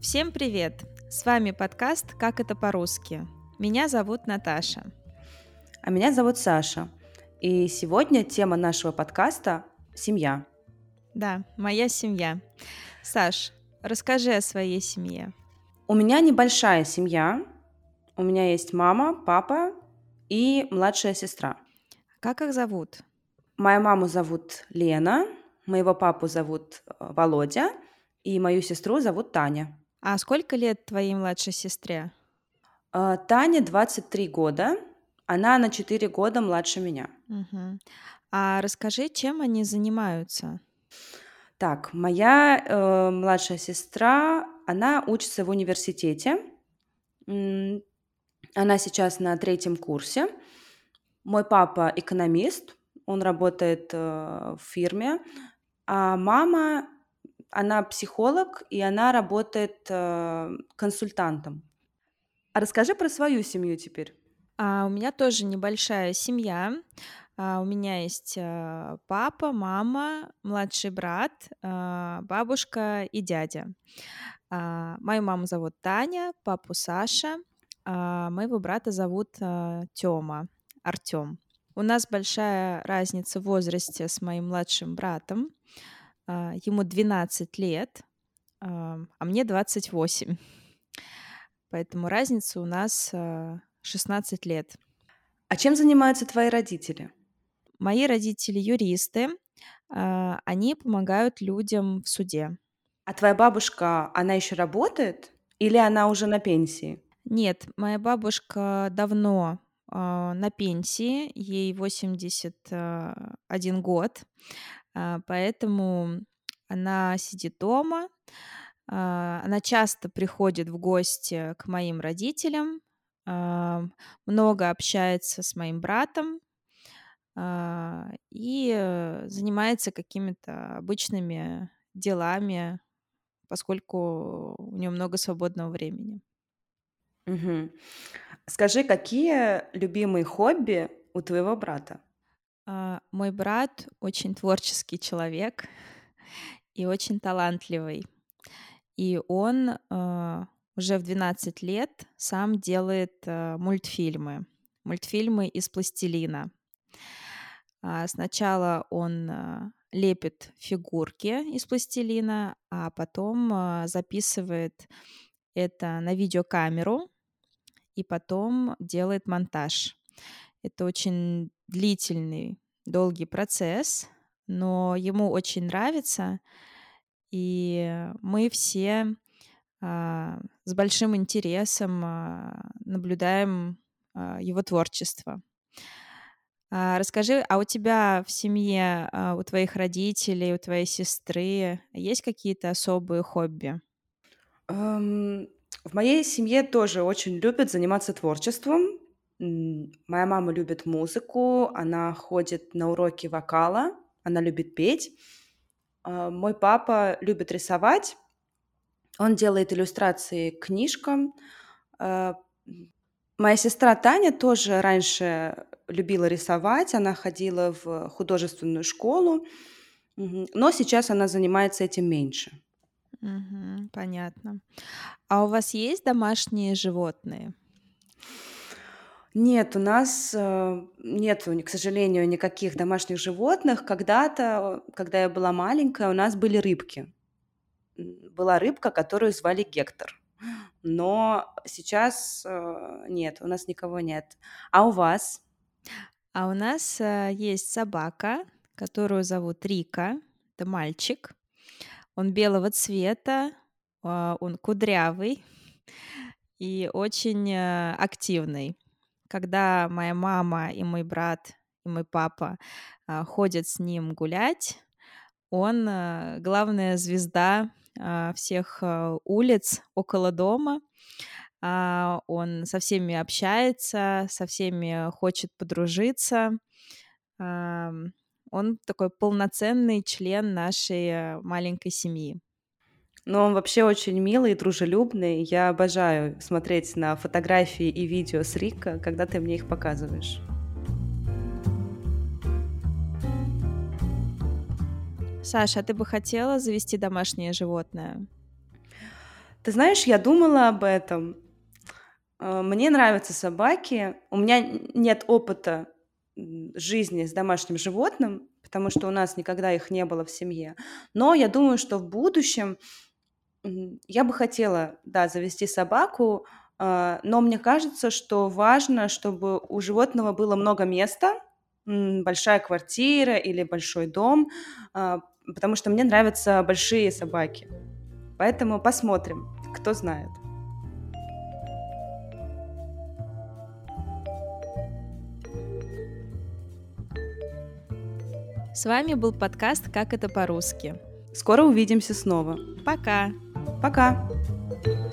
Всем привет! С вами подкаст «Как это по-русски». Меня зовут Наташа. А меня зовут Саша. И сегодня тема нашего подкаста – семья. Да, моя семья. Саш, расскажи о своей семье. У меня небольшая семья. У меня есть мама, папа и младшая сестра. Как их зовут? Мою маму зовут Лена, моего папу зовут Володя, и мою сестру зовут Таня. А сколько лет твоей младшей сестре? Тане 23 года, она на 4 года младше меня. Мгм. А расскажи, чем они занимаются? Так, моя младшая сестра, она учится в университете. М, Она сейчас на третьем курсе. Мой папа экономист, он работает в фирме, а мама, она психолог, и она работает консультантом. А расскажи про свою семью теперь. У меня тоже небольшая семья. У меня есть папа, мама, младший брат, бабушка и дядя. Мою маму зовут Таня, папу Саша, моего брата зовут Тёма, Артём. У нас большая разница в возрасте с моим младшим братом. Ему 12 лет, а мне 28. Поэтому разница у нас 16 лет. А чем занимаются твои родители? Мои родители юристы, они помогают людям в суде. А твоя бабушка, она еще работает или она уже на пенсии? Нет, моя бабушка давно на пенсии, ей 81 год, поэтому она сидит дома. Она часто приходит в гости к моим родителям, а, много общается с моим братом, и занимается какими-то обычными делами, поскольку у нее много свободного времени. Мгм. Скажи, какие любимые хобби у твоего брата? Мой брат очень творческий человек и очень талантливый. И он уже в 12 лет сам делает мультфильмы из пластилина. Сначала он лепит фигурки из пластилина, а потом записывает это на видеокамеру и потом делает монтаж. Это очень длительный, долгий процесс, но ему очень нравится, и мы все с большим интересом наблюдаем его творчество. Расскажи, а у тебя в семье, у твоих родителей, у твоей сестры есть какие-то особые хобби? Ам, В моей семье тоже очень любят заниматься творчеством. Моя мама любит музыку, она ходит на уроки вокала, она любит петь. Мой папа любит рисовать, он делает иллюстрации к книжкам. А, Моя сестра Таня тоже раньше любила рисовать, она ходила в художественную школу, но сейчас она занимается этим меньше. Мгм, понятно. А у вас есть домашние животные? Нет, у нас, нету, к сожалению, никаких домашних животных. Когда-то, когда я была маленькая, у нас были рыбки. Была рыбка, которую звали Гектор. Но сейчас, нет, у нас никого нет. А у вас? А у нас есть собака, которую зовут Рика. Это мальчик. Он белого цвета, он кудрявый и очень активный. Когда моя мама и мой брат и мой папа ходят с ним гулять, он главная звезда всех улиц около дома. Он со всеми общается, со всеми хочет подружиться. Ам, Он такой полноценный член нашей маленькой семьи. Ну, он вообще очень милый и дружелюбный. Я обожаю смотреть на фотографии и видео с Рика, когда ты мне их показываешь. Саша, а ты бы хотела завести домашнее животное? Ты знаешь, я думала об этом. Мне нравятся собаки. У меня нет опыта жизни с домашним животным, потому что у нас никогда их не было в семье. Но я думаю, что в будущем я бы хотела, да, завести собаку, но мне кажется, что важно, чтобы у животного было много места, большая квартира или большой дом, потому что мне нравятся большие собаки. Поэтому посмотрим, кто знает. С вами был подкаст «Как это по-русски». Скоро увидимся снова. Пока! Пока!